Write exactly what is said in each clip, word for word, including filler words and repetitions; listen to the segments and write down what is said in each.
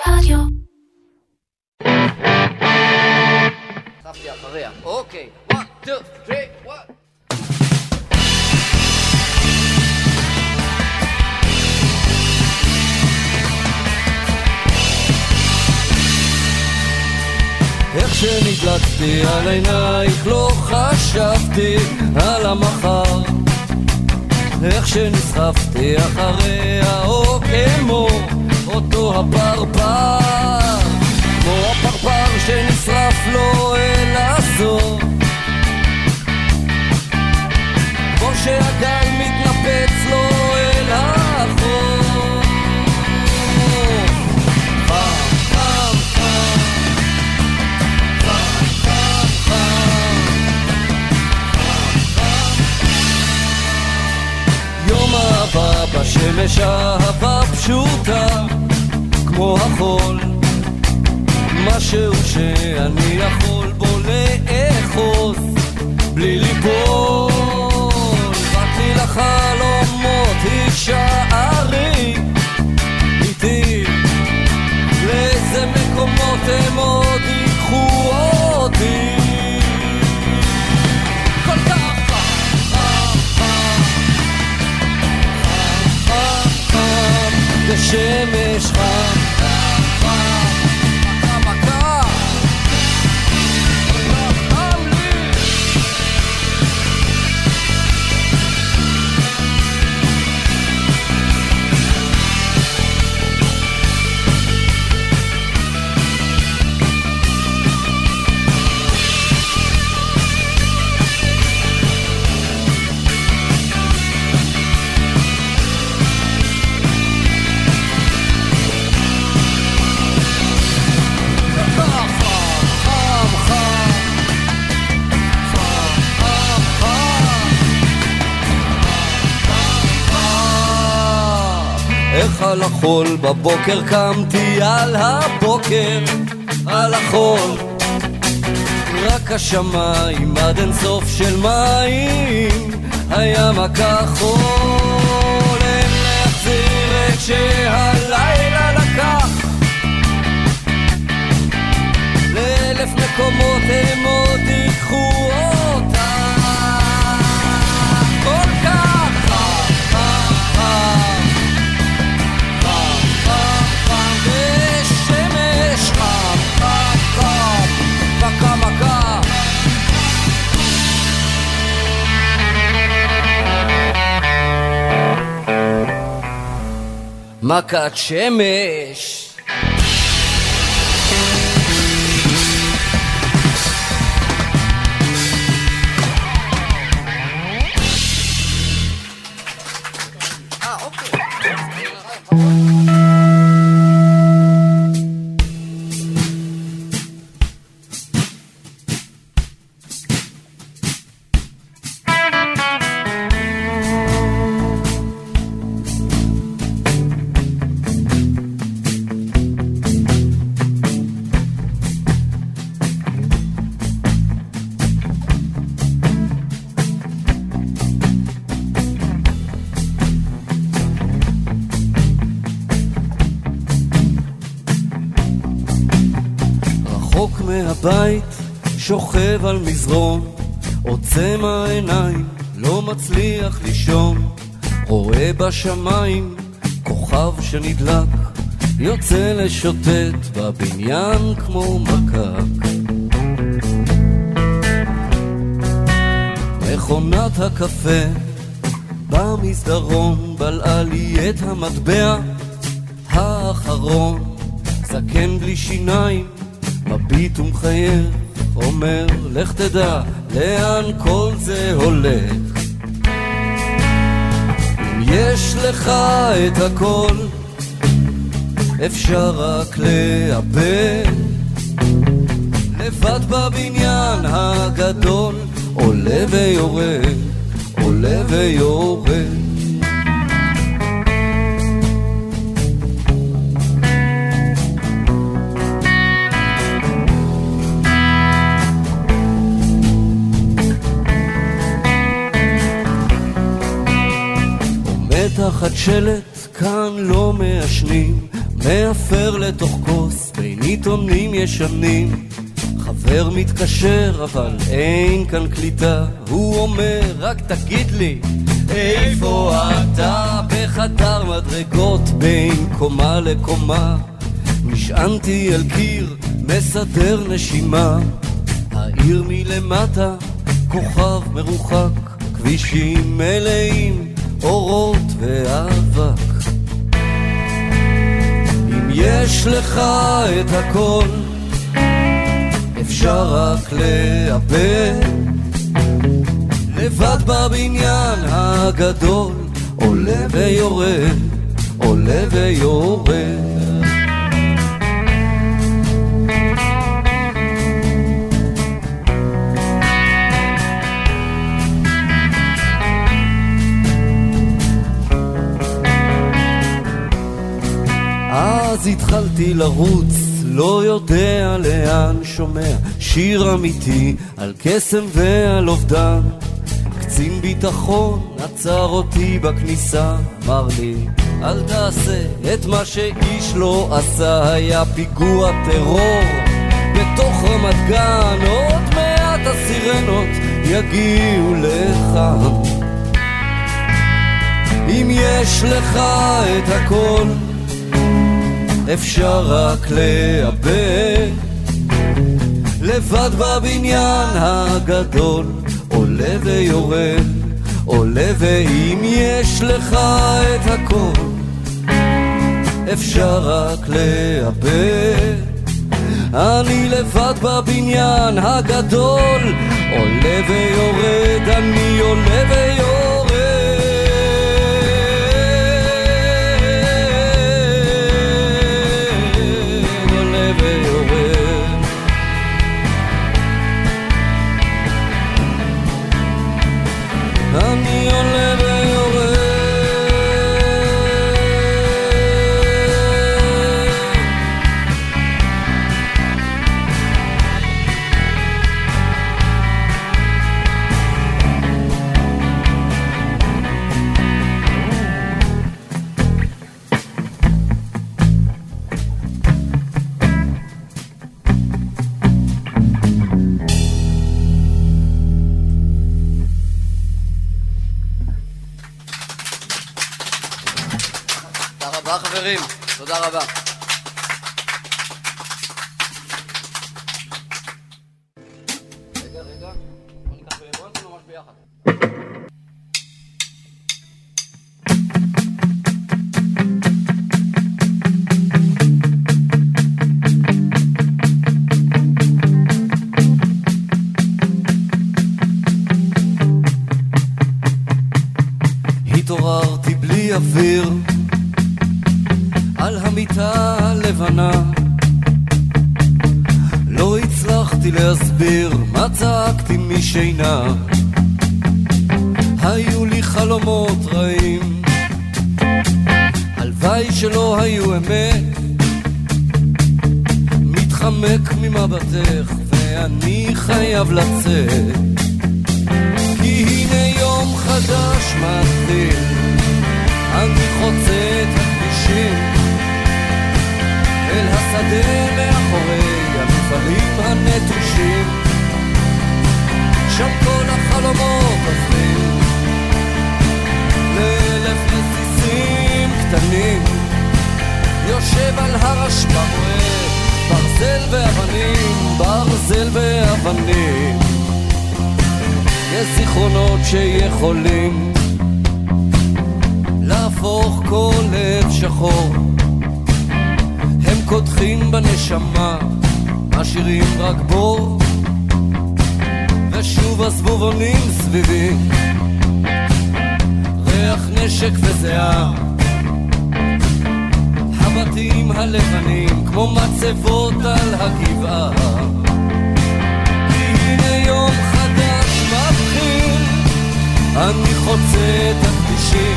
רדיו. חפתי אחריה. אוקיי. one, two, three, one. איך שנדלקתי על עינייך לא חשבתי על המחר, איך שנסחפתי אחריה או כמו אותו הפרפר, כמו הפרפר שנשרף לו אל הסוף, כמו שהגל מתנפץ לו אל החוף. יום אהבה בשמש אהבה פשוטה כמו החול, משהו שאני יכול בו לאחוז בלי ליפול. באתי לחלומות הישארי איתי, לאיזה מקומות הם עוד ייקחו אותי. כל כך בשמש חם מכה מכה חם לי. איך על החול בבוקר קמתי על הבוקר על החול, רק השמיים עד אין סוף של מים, הים הכחול. אין להחזיר את שהלילה לקח, לאלף מקומות הם עוד ייקחו אותה. כל כך חם חם בשמש חם חם חם מכה מכה. מכת שמש. מהבית שוכב על מזרון, עוצם העיניים לא מצליח לישון, רואה בשמיים כוכב שנדלק, יוצא לשוטט בבניין כמו מקק. מכונת הקפה במסדרון בלעה לי את המטבע האחרון, זקן בלי שיניים מביט ומחייך, אומר לך תדע לאן כל זה הולך. אם יש לך את הכל אפשר רק לאבד, לבד בבניין הגדול עולה ויורד, עולה ויורד. תחת שלט כאן לא מעשנים, מאפר לתוך כוס בין עיתונים ישנים. חבר מתקשר אבל אין כאן קליטה, הוא אומר רק תגיד לי איפה אתה? בחדר מדרגות בין קומה לקומה, נשענתי על קיר מסדר נשימה. העיר מלמטה כוכב מרוחק, כבישים מלאים אורות ואבק. אם יש לך את הכל אפשר רק לאבד, לבד בבניין הגדול עולה ויורד, עולה ויורד. אז התחלתי לרוץ, לא יודע לאן, שומע שיר אמיתי על קסם ועל אובדן. קצין ביטחון עצר אותי בכניסה, אמר לי אל תעשה את מה שאיש לא עשה. היה פיגוע טרור בתוך רמת גן, עוד מעט הסירנות יגיעו לכאן. אם יש לך את הכל אפשר רק לאבד, לבד בבניין הגדול עולה ויורד, עולה. ואם יש לך את הכל אפשר רק לאבד, אני לבד בבניין הגדול עולה ויורד, אני עולה ויורד. אני עולה ויורד. תודה חברים, תודה רבה. רגע, רגע, בוא ניקח בוא נתנו ממש ביחד. התעוררתי בלי אוויר על המיטה הלבנה, לא הצלחתי להסביר מה צעקתי משינה. היו לי חלומות רעים, הלוואי שלא היו אמת. מתחמק ממבטך ואני חייב לצאת, כי הנה יום חדש מתחיל. אני חוצה את הכבישים אל השדה מאחורי המפעלים הנטושים, שם כל החלומות עוברים לאלף רסיסים קטנים. יושב על הר אשפה רואה ברזל ואבנים, ברזל ואבנים. יש זיכרונות שיכולים להפוך כל לב שחור, הם קודחים בנשמה, משאירים רק בור, ושוב הסבובונים סביבי, ריח נשק וזיעה, הבתים הלבנים כמו מצבות על הגבעה. הנה יום חדש מתחיל, אני חוצה את הכבישים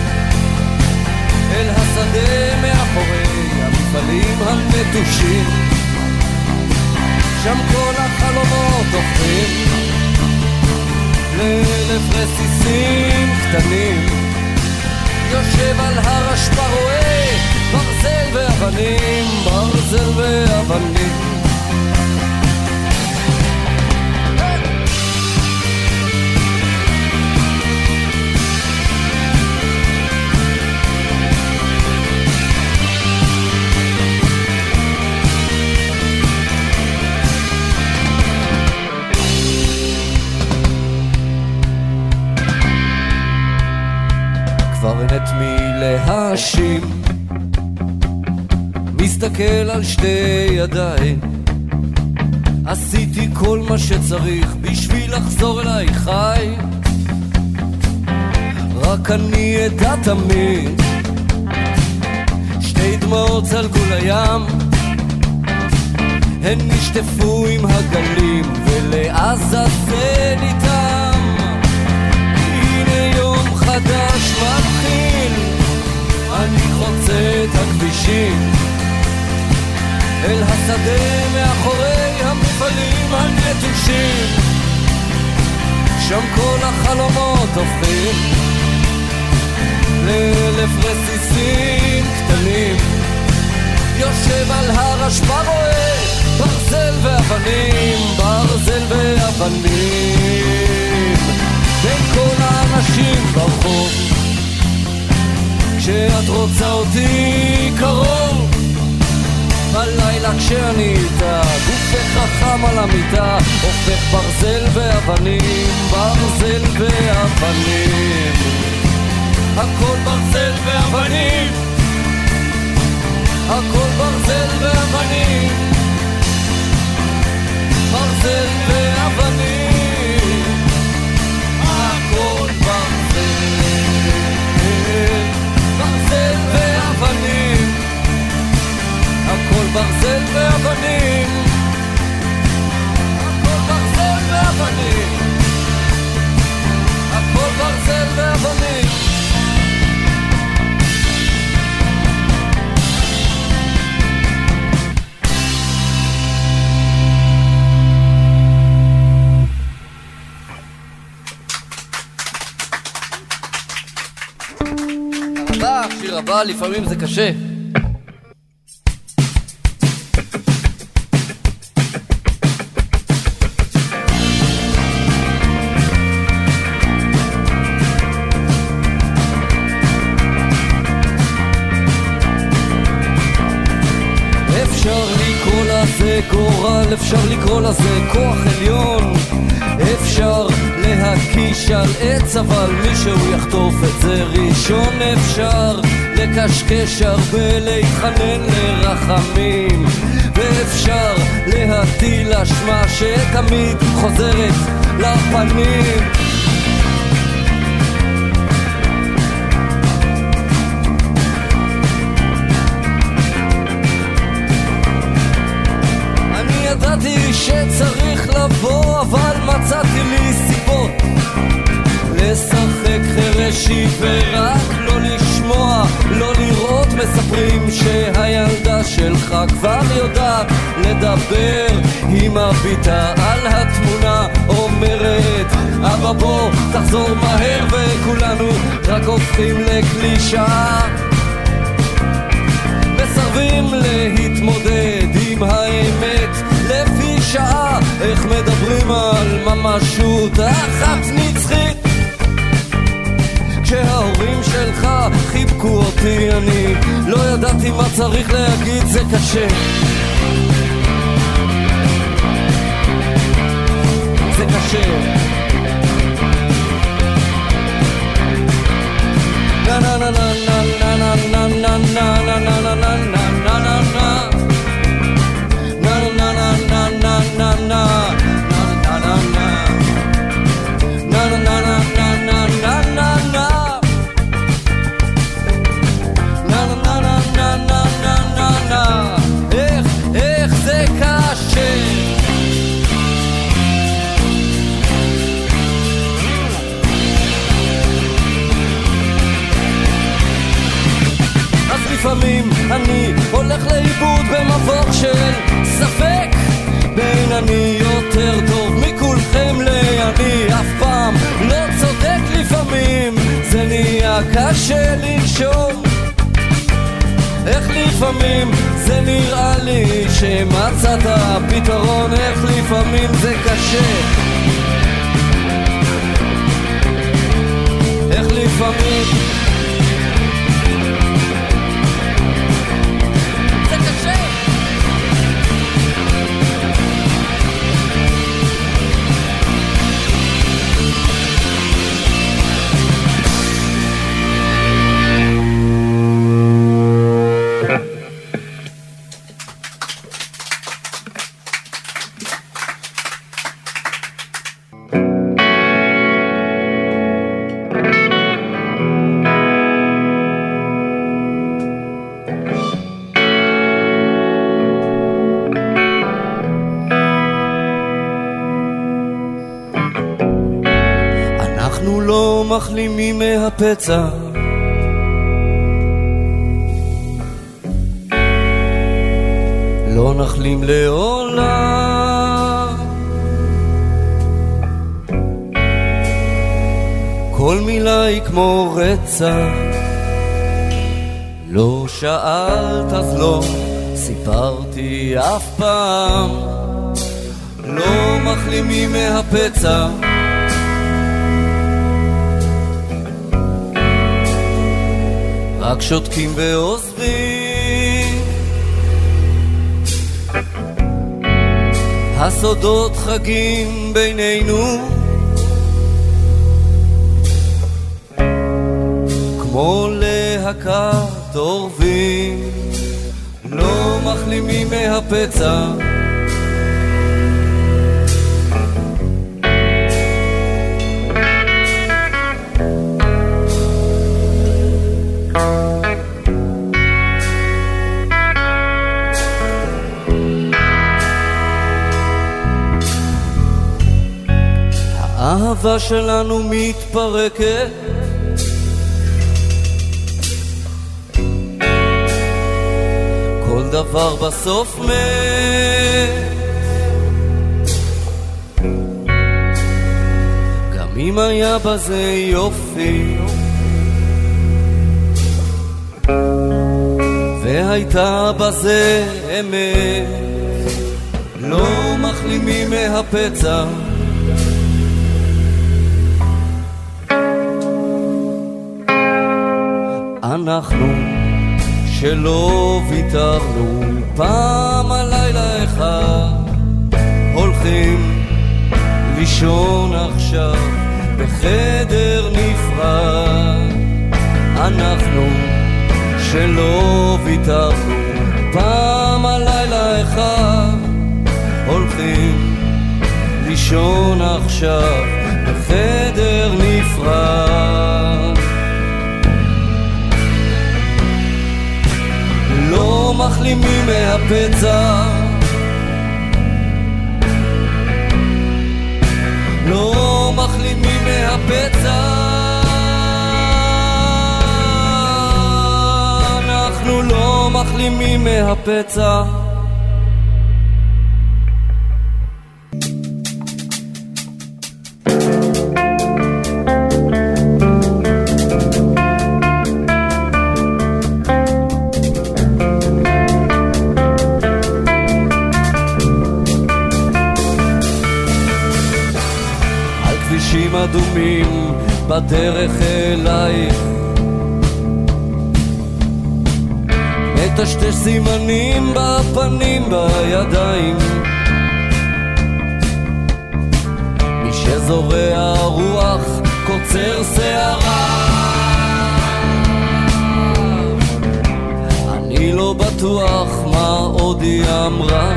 אל השדה מאחורי המפעלים הנטושים, שם כל החלומות הופכים לאלף רסיסים קטנים. יושב על הר אשפה רואה ברזל ואבנים, ברזל ואבנים. כבר אין את מי להאשים, מסתכל על שתי ידיים, עשיתי כל מה שצריך בשביל לחזור אליי חי, רק אני אדע תמיד, שתי דמעות על גבול הים, הן נשטפו עם הגלים ולעזאזל איתם. הנה יום חדש מתחיל, אני חוצה את הכבישים אל השדה מאחורי המפעלים הנטושים, שם כל החלומות הופכים לאלף רסיסים קטנים. יושב על הר אשפה רואה ברזל ואבנים, ברזל ואבנים בין כל האנשים ברחוב. כשאת רוצה אותי קרוב בלילה כשאני איתה, גופך חכם על המיטה, הופך ברזל ואבנים, ברזל ואבנים, הכל ברזל ואבנים, הכל ברזל ואבנים, ברזל ואבנים, הכל ברזל, ברזל ואבנים, הכל ברזל ואבנים, הכל ברזל ואבנים, הכל ברזל ואבנים. שיר הבא, לפעמים זה קשה. אפשר לקרוא לזה גורל, אפשר לקרוא לזה כוח עליון, אפשר להקיש על עץ אבל מישהו יחטוף את זה ראשון, אפשר לקשקש הרבה, להתחנן לרחמים, ואפשר להטיל אשמה שתמיד חוזרת לפנים. אני ידעתי שצריך לבוא אבל מצאתי לי סיבות לשחק חרשי ורק לא לשמוע, לא לראות. מספרים שהילדה שלך כבר יודעת לדבר, היא מביטה על התמונה, אומרת אבא בוא תחזור מהר, וכולנו רק הופכים לקלישה, מסרבים להתמודד עם האמת לפי שעה. איך מדברים על ממשות אחת נצחית כשההורים שלך חיבקו אותי, אני לא ידעתי מה צריך להגיד, זה קשה, זה קשה. na na na na na na na na na na na na na na na na na לפעמים אני הולך לאיבוד במבוך של ספק בין אני יותר טוב מכולכם לידי, אף פעם לא צודק, לפעמים זה נהיה קשה לנשום. איך לפעמים זה נראה לי שמצאת פתרון, איך לפעמים זה קשה, איך לפעמים זה קשה. מחלימים מהפצע, לא נחלים לעולם, כל מילה היא כמו רצח, לא שאלת אז לא סיפרתי אף פעם, לא מחלימים מהפצע, רק שותקים ועוזבים, הסודות חגים בינינו, כמו להקת עורבים, לא מחלימים מהפצע, האהבה שלנו מתפרקת, כל דבר בסוף מת, גם אם היה בזה יופי והייתה בזה אמת, לא מחלימים מהפצע, אנחנו שלא ויתרנו פעם הלילה אחד, הולכים לישון עכשיו בחדר נפרד, אנחנו שלא ויתרנו פעם הלילה אחד, הולכים לישון עכשיו בחדר נפרד, לא מחלימים מהפצע, לא מחלימים מהפצע, אנחנו לא מחלימים מהפצע, אדומים בדרך אלייך, מטשטש סימנים בפנים בידיים, מי שזורע רוח קוצר שערה, אני לא בטוח מה עוד היא אמרה,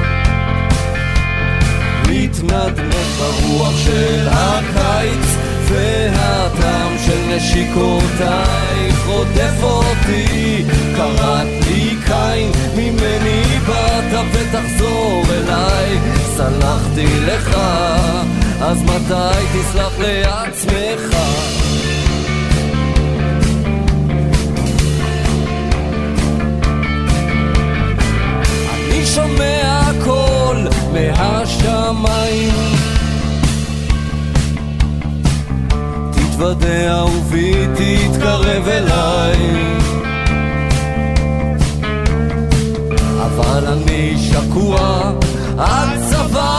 מתנדנד ברוח של הקיץ והטעם של נשיקותייך רודף אותי, קראת לי קין, ממני באת ותחזור אליי, סלחתי לך, אז מתי תסלח לעצמך? אני שומע קול מהשמיים, תתוודע אהובי, תתקרב אליי, אבל אני שקוע עד צוואר.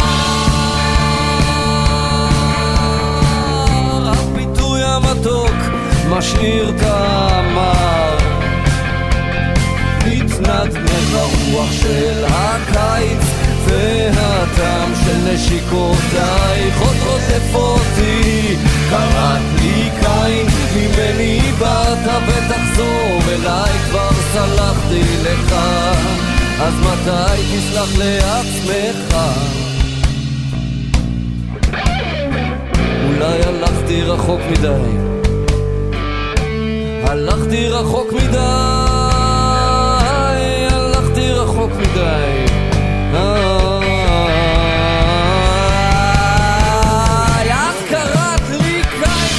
הביטוי המתוק משאיר טעמר, מתנדנד ברוח של הקיץ, והטעם של נשיקותיי חודרות לפותי. קראת לי קין, ממני באת ותחזור אליי, כבר סלחתי לך, אז מתי תסלח לעצמך? אולי הלכתי רחוק מדי, הלכתי רחוק מדי, הלכתי רחוק מדי. את קראת לי קין,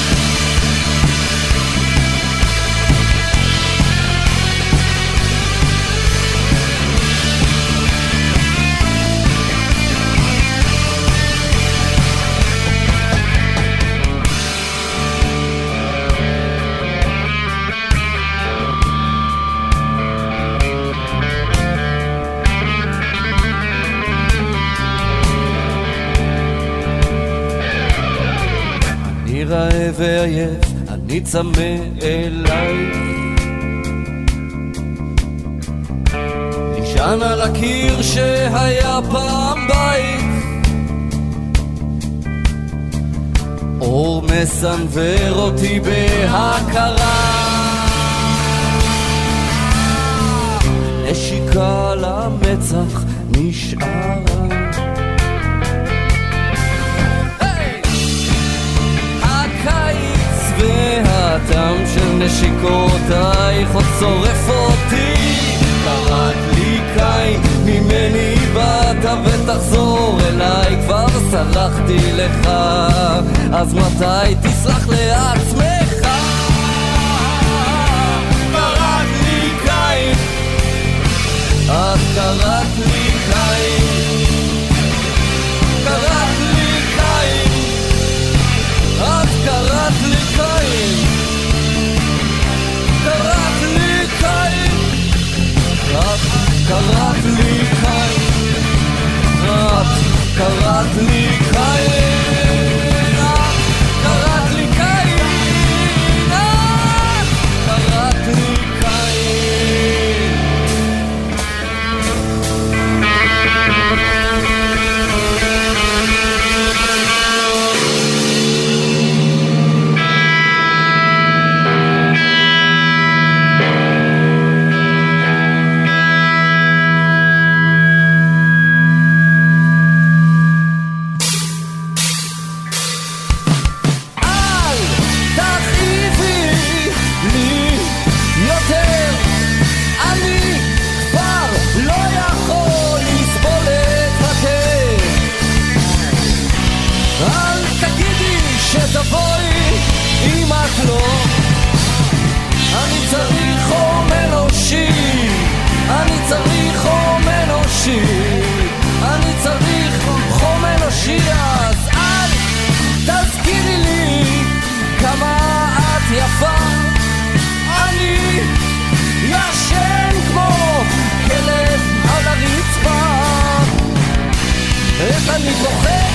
רעב ועייף, אני צמא אליי, נשען על הקיר שהיה פעם בית, אור מסנבר אותי בהכרה, נשיקה למצח נשארה, והטעם של נשיקותייך עוד שורף אותי. קראת לי קין, ממני באת ותחזור אליי, כבר סלחתי לך, אז מתי תסלח לעצמך? קראת לי קין, את קראת לי קין, קראת לי קין, את קראת לי קין, קראת לי קין, את קראת לי קין, את קראת לי קין, את קראת לי קין, את קראת לי קין. שתבואי אם את לא, אני צריך חום אנושי, אני צריך חום אנושי, אני צריך חום אנושי, אז אל תזכירי לי כמה את יפה, אני ישן כמו כלב על הרצפה, איך אני פוחד